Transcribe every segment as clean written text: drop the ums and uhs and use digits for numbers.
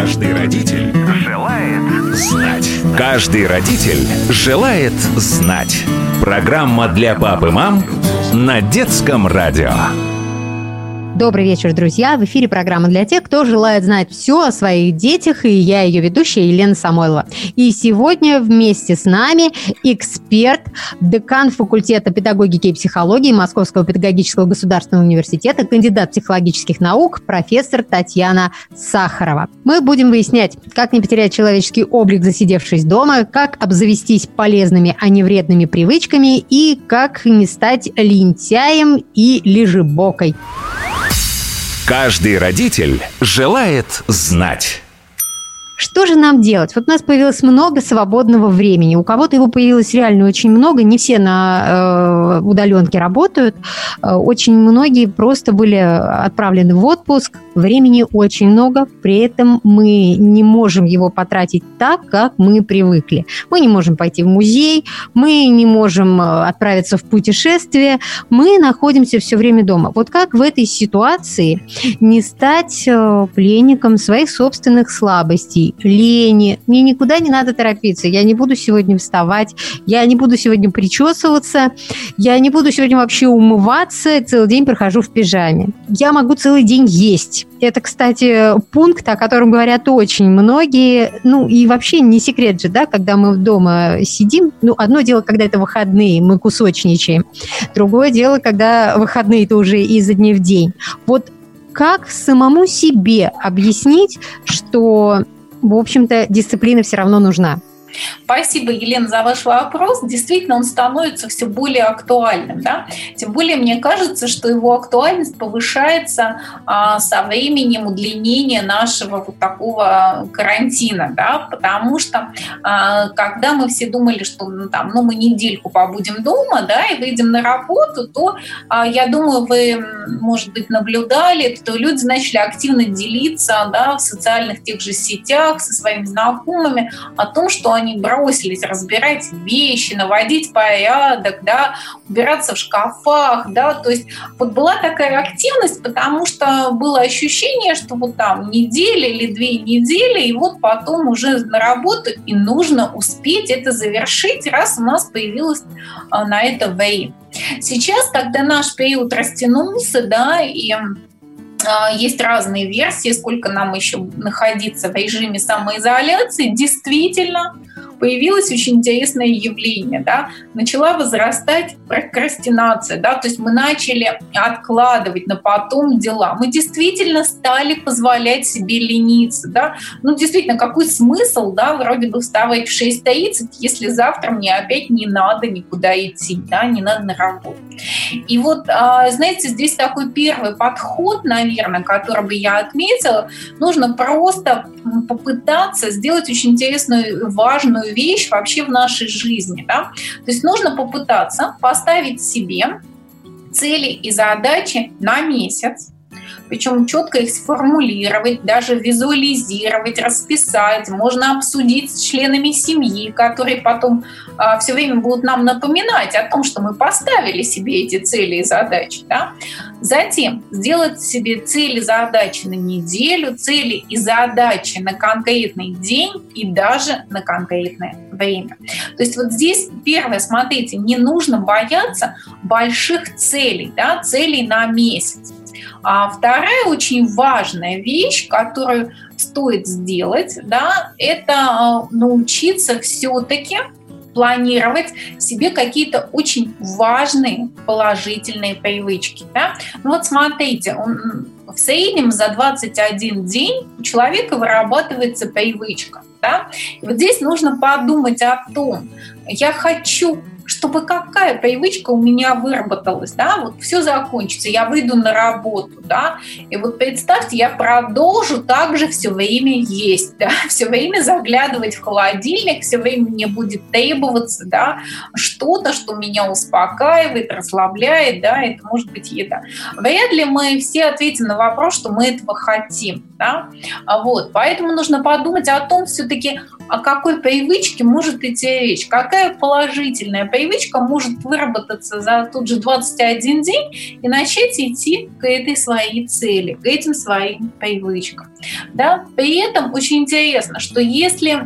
Каждый родитель желает знать. Каждый родитель желает знать. Программа для пап и мам на Детском радио. Добрый вечер, друзья! В эфире программа для тех, кто желает знать все о своих детях, и я ее ведущая Елена Самойлова. И сегодня вместе с нами эксперт, декан факультета педагогики и психологии Московского педагогического государственного университета, кандидат психологических наук, профессор Татьяна Сахарова. Мы будем выяснять, как не потерять человеческий облик, засидевшись дома, как обзавестись полезными, а не вредными привычками и как не стать лентяем и лежебокой. Каждый родитель желает знать. Что же нам делать? Вот у нас появилось много свободного времени. У кого-то его появилось реально очень много. Не все на удаленке работают. Очень многие просто были отправлены в отпуск. Времени очень много. При этом мы не можем его потратить так, как мы привыкли. Мы не можем пойти в музей. Мы не можем отправиться в путешествие. Мы находимся все время дома. Вот как в этой ситуации не стать пленником своих собственных слабостей, лени? Мне никуда не надо торопиться. Я не буду сегодня вставать, я не буду сегодня причесываться, я не буду сегодня вообще умываться, целый день прохожу в пижаме. Я могу целый день есть. Это, кстати, пункт, о котором говорят очень многие. Ну, и вообще не секрет же, да, когда мы дома сидим. Ну, одно дело, когда это выходные, мы кусочничаем. Другое дело, когда выходные-то уже изо дня в день. Вот как самому себе объяснить, что, в общем-то, дисциплина все равно нужна? Спасибо, Елена, за ваш вопрос. Действительно, он становится все более актуальным. Да? Тем более, мне кажется, что его актуальность повышается со временем удлинения нашего вот такого карантина. Да? Потому что когда мы все думали, что мы недельку побудем дома, да, и выйдем на работу, то, я думаю, вы, может быть, наблюдали, что люди начали активно делиться, да, в социальных тех же сетях со своими знакомыми о том, что они бросились разбирать вещи, наводить порядок, да, убираться в шкафах, да, то есть вот была такая активность, потому что было ощущение, что вот там неделя или 2 недели, и вот потом уже на работу, и нужно успеть это завершить, раз у нас появилось на это время. Сейчас, когда наш период растянулся, да, и есть разные версии, сколько нам еще находиться в режиме самоизоляции, действительно появилось очень интересное явление, да, начала возрастать прокрастинация, да, то есть мы начали откладывать на потом дела, мы действительно стали позволять себе лениться, да, ну действительно, какой смысл, да, вроде бы вставать в 6:30, если завтра мне опять не надо никуда идти, да, не надо на работу. И вот, знаете, здесь такой первый подход, наверное, который бы я отметила, нужно просто попытаться сделать очень интересную, важную вещь вообще в нашей жизни. Да? То есть нужно попытаться поставить себе цели и задачи на месяц, причем четко их сформулировать, даже визуализировать, расписать. Можно обсудить с членами семьи, которые потом все время будут нам напоминать о том, что мы поставили себе эти цели и задачи. Да? Затем сделать себе цели и задачи на неделю, цели и задачи на конкретный день и даже на конкретное время. То есть вот здесь первое, смотрите, не нужно бояться больших целей, да, целей на месяц. А вторая очень важная вещь, которую стоит сделать, да, это научиться все-таки планировать себе какие-то очень важные положительные привычки. Да? Ну вот смотрите, в среднем за 21 день у человека вырабатывается привычка. Да? И вот здесь нужно подумать о том, я хочу, чтобы какая привычка у меня выработалась, да, вот все закончится, я выйду на работу, да, и вот представьте, я продолжу также все время есть, да, все время заглядывать в холодильник, все время мне будет требоваться, да, что-то, что меня успокаивает, расслабляет, да, это может быть еда. Вряд ли мы все ответим на вопрос, что мы этого хотим, да, вот, поэтому нужно подумать о том все-таки, о какой привычке может идти речь, какая положительная привычка может выработаться за тот же 21 день и начать идти к этой своей цели, к этим своим привычкам. Да? При этом очень интересно, что если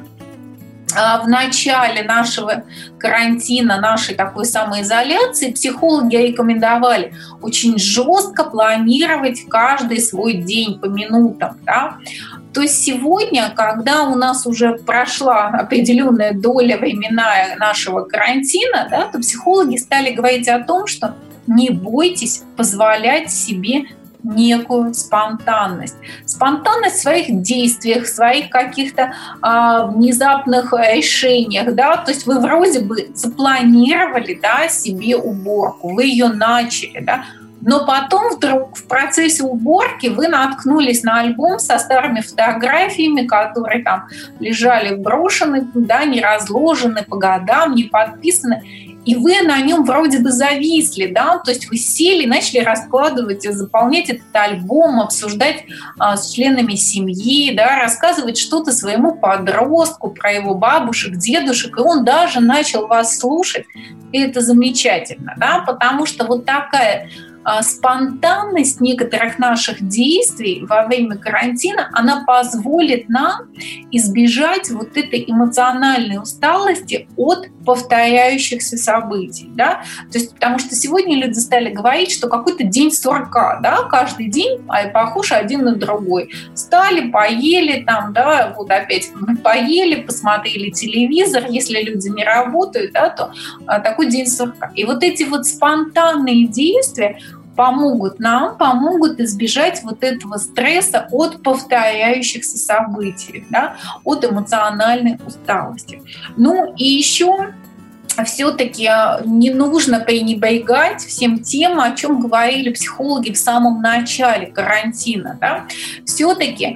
в начале нашего карантина, нашей такой самоизоляции, психологи рекомендовали очень жестко планировать каждый свой день по минутам. Да? То есть сегодня, когда у нас уже прошла определенная доля временная нашего карантина, да, то психологи стали говорить о том, что не бойтесь позволять себе некую спонтанность. Спонтанность в своих действиях, в своих каких-то внезапных решениях. Да? То есть вы вроде бы запланировали, да, себе уборку, вы ее начали, да? Но потом вдруг в процессе уборки вы наткнулись на альбом со старыми фотографиями, которые там лежали брошены, да, не разложены по годам, не подписаны. И вы на нем вроде бы зависли, да, то есть вы сели, начали раскладывать и заполнять этот альбом, обсуждать с членами семьи, да, рассказывать что-то своему подростку про его бабушек, дедушек, и он даже начал вас слушать, и это замечательно, да, потому что вот такая спонтанность некоторых наших действий во время карантина, она позволит нам избежать вот этой эмоциональной усталости от повторяющихся событий. Да? То есть, потому что сегодня люди стали говорить, что какой-то день сурка, да? Каждый день похож один на другой. Встали, поели, там, да, вот опять поели, посмотрели телевизор, если люди не работают, да, то такой день сурка. И вот эти вот спонтанные действия помогут избежать вот этого стресса от повторяющихся событий, да, от эмоциональной усталости. Ну и еще все-таки не нужно пренебрегать всем тем, о чем говорили психологи в самом начале карантина. Да? Все-таки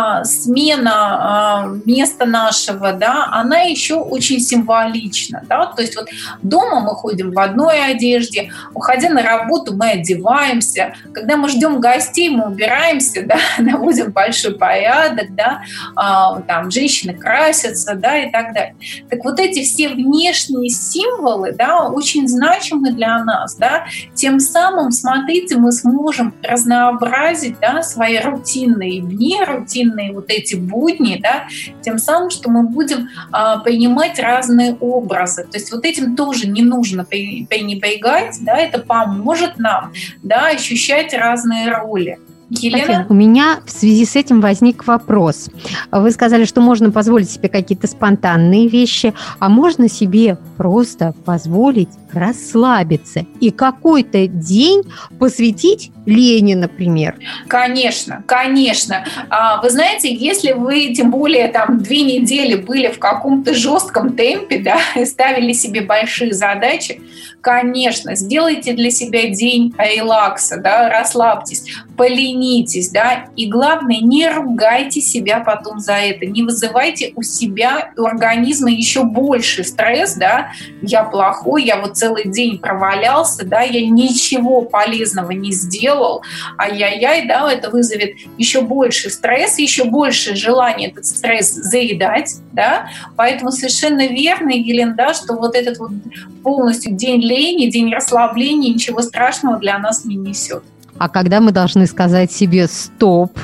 смена места нашего, да, она еще очень символична. Да? То есть вот дома мы ходим в одной одежде, уходя на работу мы одеваемся, когда мы ждем гостей, мы убираемся, да, наводим большой порядок, да, там женщины красятся, да, и так далее. Так вот эти все внешние символы, да, очень значимы для нас, да. Тем самым, смотрите, мы сможем разнообразить, да, свои рутинные дни, рутинные вот эти будни, да, тем самым, что мы будем принимать разные образы. То есть вот этим тоже не нужно пренебрегать, да, это поможет нам, да, ощущать разные роли. Елена? У меня в связи с этим возник вопрос. Вы сказали, что можно позволить себе какие-то спонтанные вещи, а можно себе просто позволить расслабиться и какой-то день посвятить лени, например. Конечно, конечно. Вы знаете, если вы, тем более, там 2 недели были в каком-то жестком темпе, да, и ставили себе большие задачи, конечно, сделайте для себя день релакса, да, расслабьтесь, поленитесь, да, и главное, не ругайте себя потом за это, не вызывайте у себя, у организма еще больше стресс, да, я плохой, я вот целый день провалялся, да, я ничего полезного не сделал, ай-яй-яй, да, это вызовет еще больше стресс, еще больше желания этот стресс заедать, да, поэтому совершенно верно, Елена, да, что вот этот вот полностью день лени, день расслабления ничего страшного для нас не несет. А когда мы должны сказать себе «стоп»?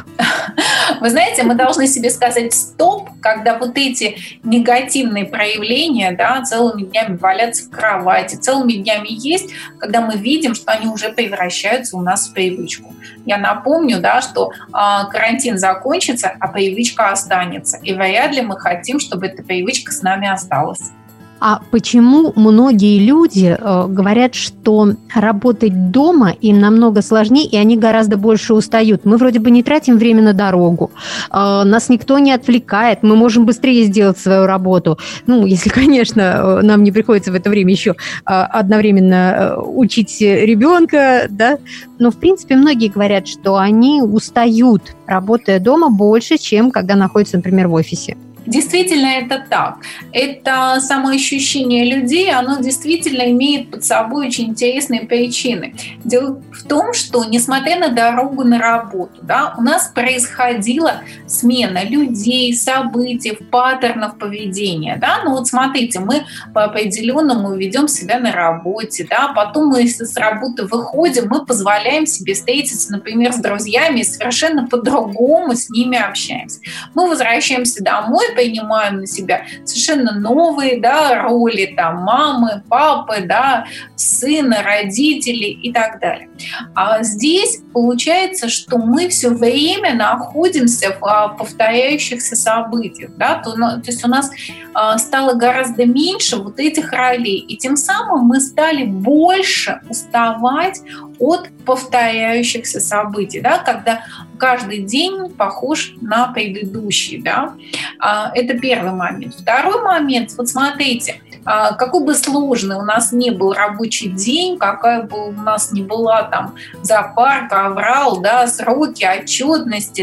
Вы знаете, мы должны себе сказать «стоп», когда вот эти негативные проявления, да, целыми днями валяться в кровати, целыми днями есть, когда мы видим, что они уже превращаются у нас в привычку. Я напомню, да, что карантин закончится, а привычка останется. И вряд ли мы хотим, чтобы эта привычка с нами осталась. А почему многие люди говорят, что работать дома им намного сложнее, и они гораздо больше устают? Мы вроде бы не тратим время на дорогу, нас никто не отвлекает, мы можем быстрее сделать свою работу. Ну, если, конечно, нам не приходится в это время еще одновременно учить ребенка, да. Но, в принципе, многие говорят, что они устают, работая дома, больше, чем когда находятся, например, в офисе. Действительно, это так. Это самоощущение людей, оно действительно имеет под собой очень интересные причины. Дело в том, что, несмотря на дорогу на работу, да, у нас происходила смена людей, событий, паттернов поведения. Да? Ну вот смотрите, мы по определенному ведем себя на работе, да? Потом мы с работы выходим, мы позволяем себе встретиться, например, с друзьями и совершенно по-другому с ними общаемся. Мы возвращаемся домой, принимаем на себя совершенно новые, да, роли там, мамы, папы, да, сына, родителей и так далее. А здесь получается, что мы все время находимся в повторяющихся событиях. Да? То есть у нас стало гораздо меньше вот этих ролей, и тем самым мы стали больше уставать от повторяющихся событий, да? Когда каждый день похож на предыдущий. Да? Это первый момент. Второй момент, вот смотрите, какой бы сложный у нас ни был рабочий день, какая бы у нас ни была там запарка, аврал, да, сроки, отчетности,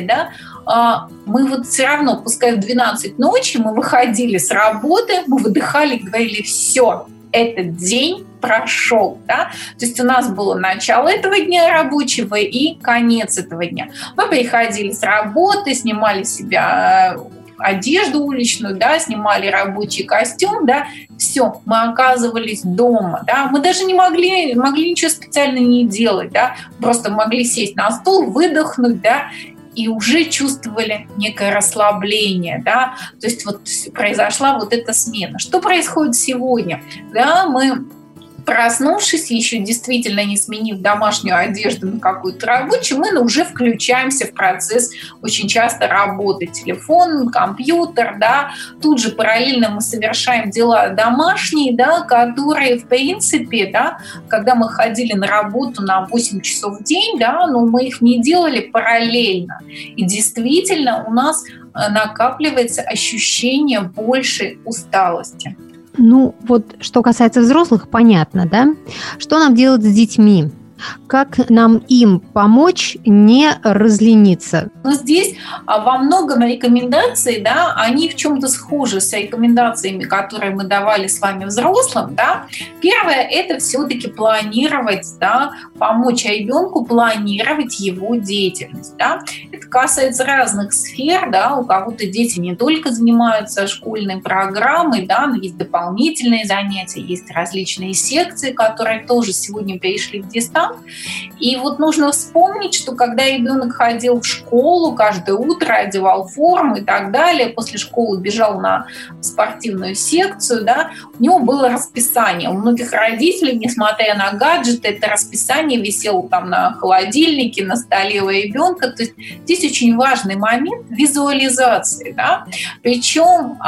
да, мы вот все равно, пускай в 12 ночи, мы выходили с работы, мы выдыхали и говорили: все, этот день прошел. Да? То есть у нас было начало этого дня рабочего и конец этого дня. Мы приходили с работы, снимали с себя одежду уличную, да, снимали рабочий костюм, да, все, мы оказывались дома, да, мы даже не могли ничего специально не делать, да, просто могли сесть на стул, выдохнуть, да, и уже чувствовали некое расслабление, да, то есть вот произошла вот эта смена. Что происходит сегодня? Да, мы, проснувшись, еще действительно не сменив домашнюю одежду на какую-то рабочую, мы уже включаемся в процесс очень часто работы. Телефон, компьютер, да, тут же параллельно мы совершаем дела домашние, да, которые, в принципе, да, когда мы ходили на работу на 8 часов в день, да, но мы их не делали параллельно. И действительно у нас накапливается ощущение большей усталости. Ну, вот что касается взрослых, понятно, да? Что нам делать с детьми? Как нам им помочь не разлениться? Но здесь во многом рекомендации, да, они в чем-то схожи с рекомендациями, которые мы давали с вами взрослым. Да. Первое – это все-таки планировать, да, помочь ребенку планировать его деятельность. Да. Это касается разных сфер. Да. У кого-то дети не только занимаются школьной программой, да, но есть дополнительные занятия, есть различные секции, которые тоже сегодня перешли в дистанцию. И вот нужно вспомнить, что когда ребенок ходил в школу, каждое утро одевал форму и так далее, после школы бежал на спортивную секцию, да, у него было расписание. У многих родителей, несмотря на гаджеты, это расписание висело там на холодильнике, на столе у ребенка. То есть здесь очень важный момент визуализации. Да? Причем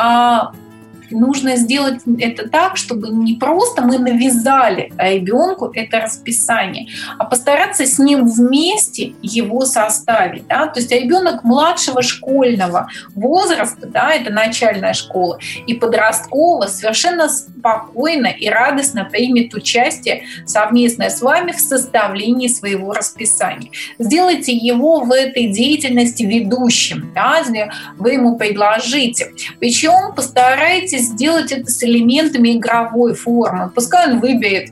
нужно сделать это так, чтобы не просто мы навязали ребенку это расписание, а постараться с ним вместе его составить. Да? То есть ребенок младшего школьного возраста, да, это начальная школа, и подросткового совершенно спокойно и радостно примет участие совместно с вами в составлении своего расписания. Сделайте его в этой деятельности ведущим, да? Вы ему предложите. Причем постарайтесь сделать это с элементами игровой формы. Пускай он выберет,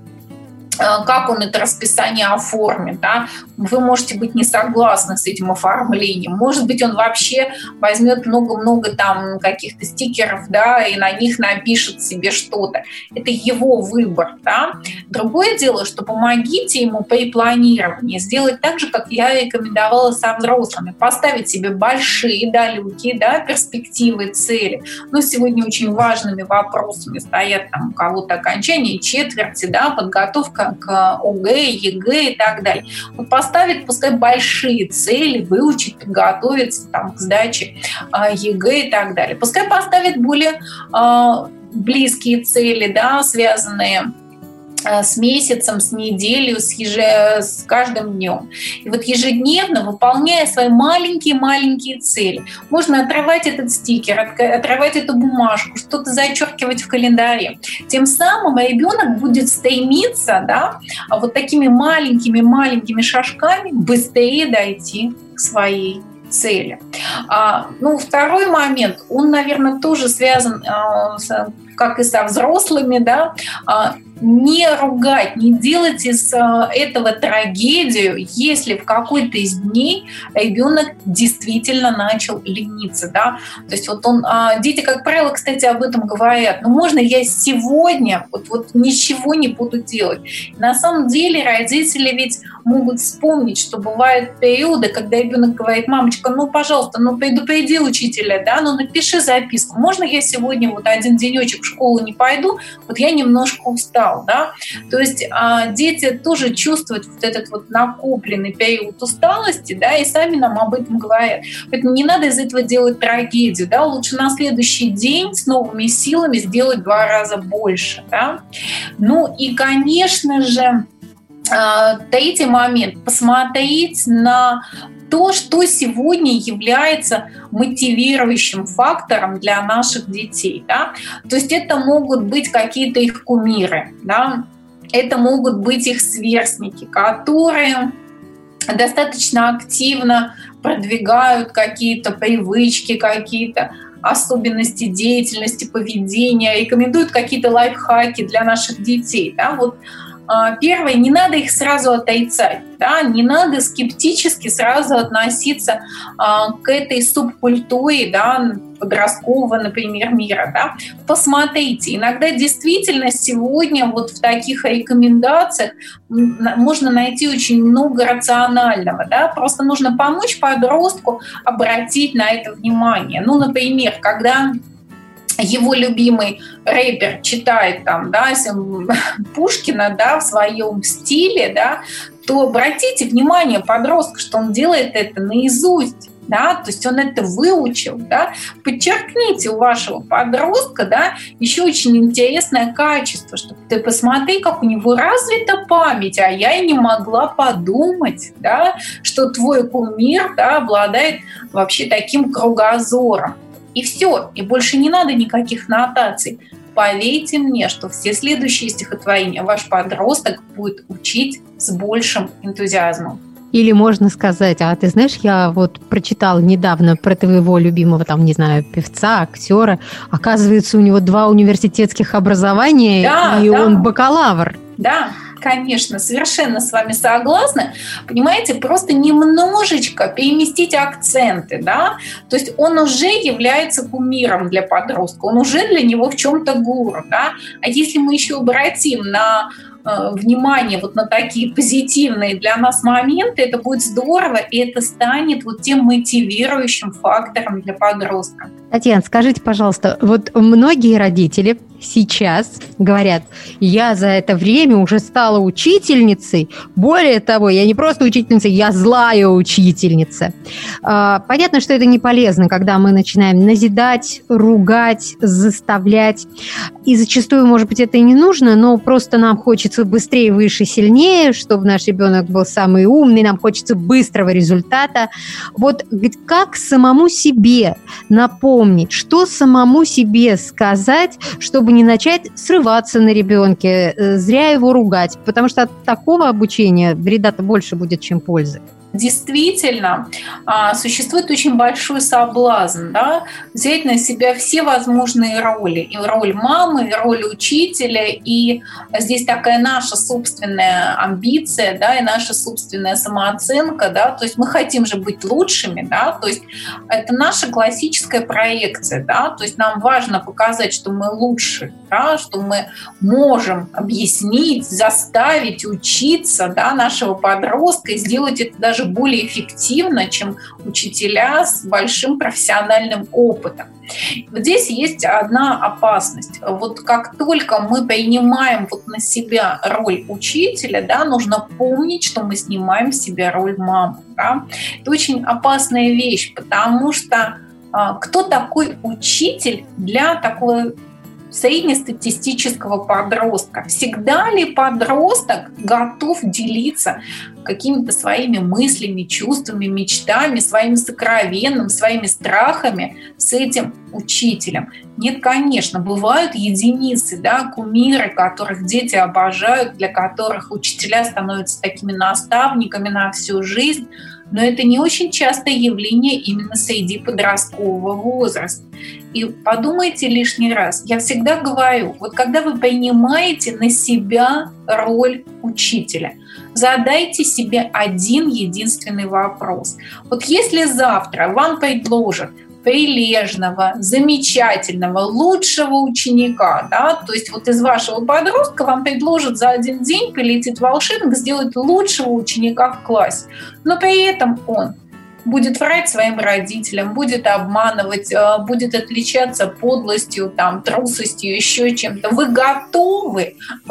как он это расписание оформит. Да? Вы можете быть не согласны с этим оформлением. Может быть, он вообще возьмет много-много там каких-то стикеров, да, и на них напишет себе что-то. Это его выбор. Да? Другое дело, что помогите ему при планировании сделать так же, как я рекомендовала со взрослыми. Поставить себе большие, далекие, да, перспективы, цели. Но сегодня очень важными вопросами стоят там у кого-то окончание четверти, да, подготовка к ОГЭ, ЕГЭ и так далее. Он поставит, пускай, большие цели, выучить, подготовиться там, к сдаче ЕГЭ и так далее. Пускай поставит более близкие цели, да, связанные с месяцем, с неделей, с каждым днем. И вот ежедневно, выполняя свои маленькие-маленькие цели, можно отрывать этот стикер, отрывать эту бумажку, что-то зачеркивать в календаре. Тем самым ребенок будет стремиться, да, вот такими маленькими шажками быстрее дойти к своей цели. Второй момент, он, наверное, тоже связан как и со взрослыми, да, не ругать, не делать из этого трагедию, если в какой-то из дней ребенок действительно начал лениться, да. То есть дети, как правило, кстати, об этом говорят. Можно я сегодня вот ничего не буду делать? И на самом деле родители ведь могут вспомнить, что бывают периоды, когда ребенок говорит: мамочка, пожалуйста, предупреди учителя, да, напиши записку. Можно я сегодня один денечек в школу не пойду? Я немножко устал. Да? То есть дети тоже чувствуют этот накопленный период усталости, да, и сами нам об этом говорят. Поэтому не надо из этого делать трагедию, да? Лучше на следующий день с новыми силами сделать 2 раза больше. Да? И, конечно же, третий момент – посмотреть на то, что сегодня является мотивирующим фактором для наших детей. Да? То есть это могут быть какие-то их кумиры, да? Это могут быть их сверстники, которые достаточно активно продвигают какие-то привычки, какие-то особенности деятельности, поведения, рекомендуют какие-то лайфхаки для наших детей. Да? Первое, не надо их сразу отрицать, да? Не надо скептически сразу относиться к этой субкультуре, да, подросткового, например, мира. Да? Посмотрите, иногда действительно сегодня в таких рекомендациях можно найти очень много рационального. Да? Просто нужно помочь подростку обратить на это внимание. Например, когда его любимый рэпер читает Пушкина, да, в своем стиле, да, то обратите внимание подростка, что он делает это наизусть. Да, то есть он это выучил. Да. Подчеркните у вашего подростка, да, еще очень интересное качество, что ты посмотри, как у него развита память, а я и не могла подумать, да, что твой кумир, да, обладает вообще таким кругозором. И все, и больше не надо никаких нотаций. Поверьте мне, что все следующие стихотворения ваш подросток будет учить с большим энтузиазмом. Или можно сказать: а ты знаешь, я прочитала недавно про твоего любимого, певца, актера. Оказывается, у него 2 университетских образования, да, и он бакалавр. Да. Конечно, совершенно с вами согласна. Понимаете, просто немножечко переместить акценты, да? То есть он уже является кумиром для подростка, он уже для него в чем-то гуру, да? А если мы еще обратим внимание на такие позитивные для нас моменты, это будет здорово, и это станет тем мотивирующим фактором для подростка. Татьяна, скажите, пожалуйста, многие родители сейчас говорят: я за это время уже стала учительницей, более того, я не просто учительница, я злая учительница. Понятно, что это не полезно, когда мы начинаем назидать, ругать, заставлять, и зачастую, может быть, это и не нужно, но просто нам хочется быстрее, выше, сильнее, чтобы наш ребенок был самый умный, нам хочется быстрого результата. Как самому себе напомнить, что самому себе сказать, чтобы не начать срываться на ребенке, зря его ругать, потому что от такого обучения вреда-то больше будет, чем пользы. Действительно, существует очень большой соблазн, да, взять на себя все возможные роли. И роль мамы, и роль учителя, и здесь такая наша собственная амбиция, да, и наша собственная самооценка. Да, то есть мы хотим же быть лучшими, да, то есть это наша классическая проекция. Да, то есть нам важно показать, что мы лучше, да, что мы можем объяснить, заставить учиться, да, нашего подростка и сделать это даже более эффективно, чем учителя с большим профессиональным опытом. Здесь есть одна опасность. Как только мы принимаем на себя роль учителя, да, нужно помнить, что мы снимаем с себя роль мамы. Да. Это очень опасная вещь, потому что кто такой учитель для такого среднестатистического подростка? Всегда ли подросток готов делиться какими-то своими мыслями, чувствами, мечтами, своим сокровенным, своими страхами с этим учителем? Нет, конечно, бывают единицы, да, кумиры, которых дети обожают, для которых учителя становятся такими наставниками на всю жизнь. Но это не очень частое явление именно среди подросткового возраста. И подумайте лишний раз. Я всегда говорю, вот когда вы принимаете на себя роль учителя, задайте себе один единственный вопрос. Вот если завтра вам предложат прилежного, замечательного, лучшего ученика, да, то есть вот из вашего подростка вам предложат за один день прилетит волшебник, сделать лучшего ученика в классе, но при этом он будет врать своим родителям, будет обманывать, будет отличаться подлостью, там, трусостью, еще чем-то. Вы готовы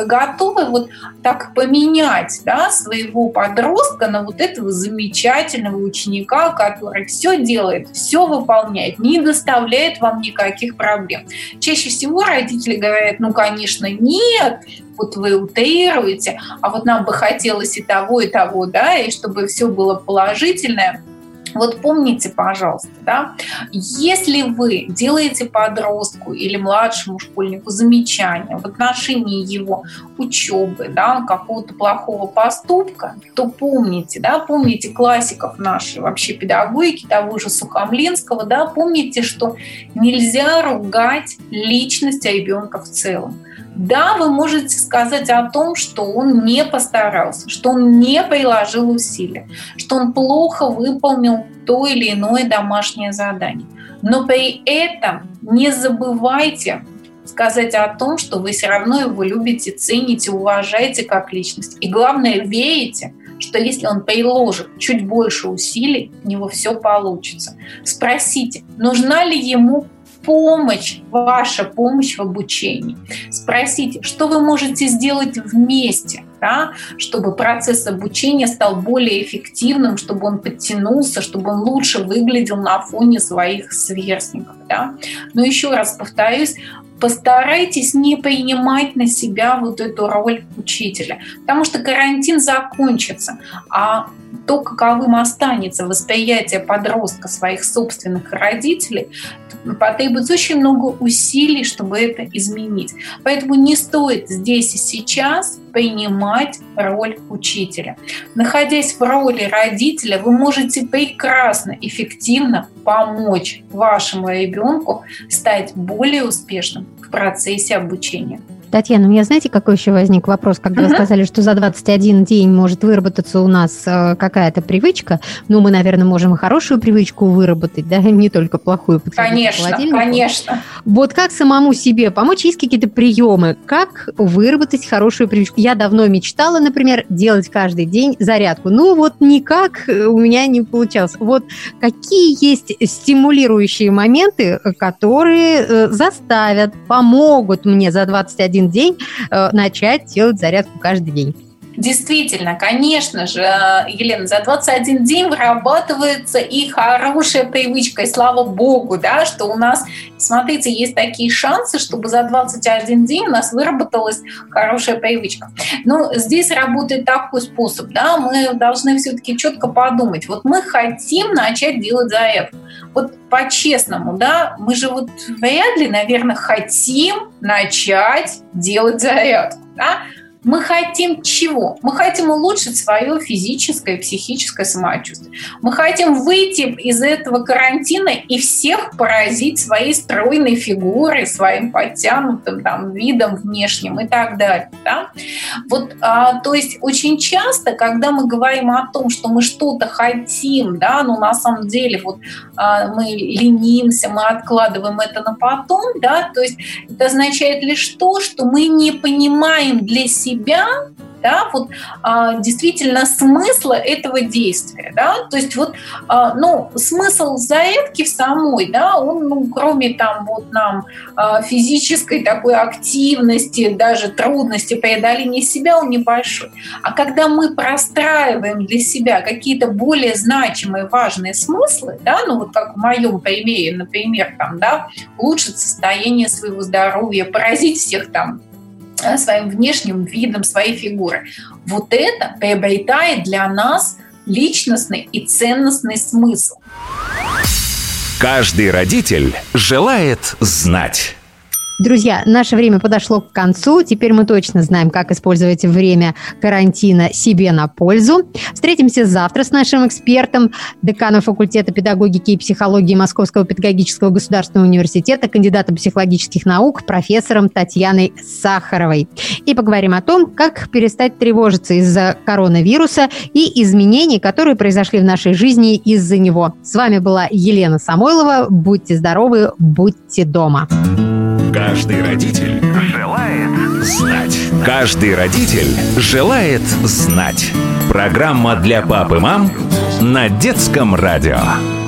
вот так поменять, да, своего подростка на вот этого замечательного ученика, который все делает, все выполняет, не доставляет вам никаких проблем. Чаще всего родители говорят, ну, конечно, нет, вот вы утрируете, а вот нам бы хотелось и того, да, и чтобы все было положительное. Вот помните, пожалуйста, да, если вы делаете подростку или младшему школьнику замечание в отношении его учебы, да, какого-то плохого поступка, то помните классиков нашей вообще педагогики, того же Сухомлинского, да, помните, что нельзя ругать личность ребенка в целом. Да, вы можете сказать о том, что он не постарался, что он не приложил усилия, что он плохо выполнил то или иное домашнее задание. Но при этом не забывайте сказать о том, что вы все равно его любите, цените, уважаете как личность. И главное, верите, что если он приложит чуть больше усилий, у него все получится. Спросите, нужна ли ему помощь, ваша помощь в обучении. Спросите, что вы можете сделать вместе, да, чтобы процесс обучения стал более эффективным, чтобы он подтянулся, чтобы он лучше выглядел на фоне своих сверстников. Да. Но еще раз повторюсь, постарайтесь не принимать на себя вот эту роль учителя, потому что карантин закончится, а то, каковым останется восприятие подростка своих собственных родителей, потребуется очень много усилий, чтобы это изменить. Поэтому не стоит здесь и сейчас принимать роль учителя. Находясь в роли родителя, вы можете прекрасно, эффективно помочь вашему ребенку стать более успешным в процессе обучения. Татьяна, у меня, знаете, какой еще возник вопрос, когда вы сказали, что за 21 день может выработаться у нас какая-то привычка. Ну, мы, наверное, можем и хорошую привычку выработать, да, не только плохую. Конечно. Вот как самому себе помочь? Есть какие-то приемы? Как выработать хорошую привычку? Я давно мечтала, например, делать каждый день зарядку. Ну, вот никак у меня не получалось. Вот какие есть стимулирующие моменты, которые заставят, помогут мне за 21 день начать делать зарядку каждый день? Действительно, конечно же, Елена, за 21 день вырабатывается и хорошая привычка, и слава богу, да, что у нас, смотрите, есть такие шансы, чтобы за 21 день у нас выработалась хорошая привычка. Но здесь работает такой способ, да, мы должны все-таки четко подумать, вот мы хотим начать делать зарядку. Вот по-честному, да, мы же вот вряд ли, наверное, хотим начать делать зарядку, да. Мы хотим чего? Мы хотим улучшить свое физическое и психическое самочувствие. Мы хотим выйти из этого карантина и всех поразить своей стройной фигурой, своим подтянутым там, видом внешним и так далее. Да? Вот, то есть очень часто, когда мы говорим о том, что мы что-то хотим, да, но на самом деле вот, мы ленимся, мы откладываем это на потом, да, то есть это означает лишь то, что мы не понимаем для себя, да, вот, действительно смысла этого действия. Да? То есть вот, смысл зарядки в самой, да, он, кроме там, вот, нам физической такой активности, даже трудности преодоления себя, он небольшой. А когда мы простраиваем для себя какие-то более значимые, важные смыслы, да, ну вот как в моем примере, например, там, да, улучшить состояние своего здоровья, поразить всех там своим внешним видом, своей фигурой. Вот это приобретает для нас личностный и ценностный смысл. Каждый родитель желает знать. Друзья, наше время подошло к концу. Теперь мы точно знаем, как использовать время карантина себе на пользу. Встретимся завтра с нашим экспертом, деканом факультета педагогики и психологии Московского педагогического государственного университета, кандидатом психологических наук, профессором Татьяной Сахаровой. И поговорим о том, как перестать тревожиться из-за коронавируса и изменений, которые произошли в нашей жизни из-за него. С вами была Елена Самойлова. Будьте здоровы, будьте дома. Каждый родитель желает знать. Каждый родитель желает знать. Программа для пап и мам на Детском радио.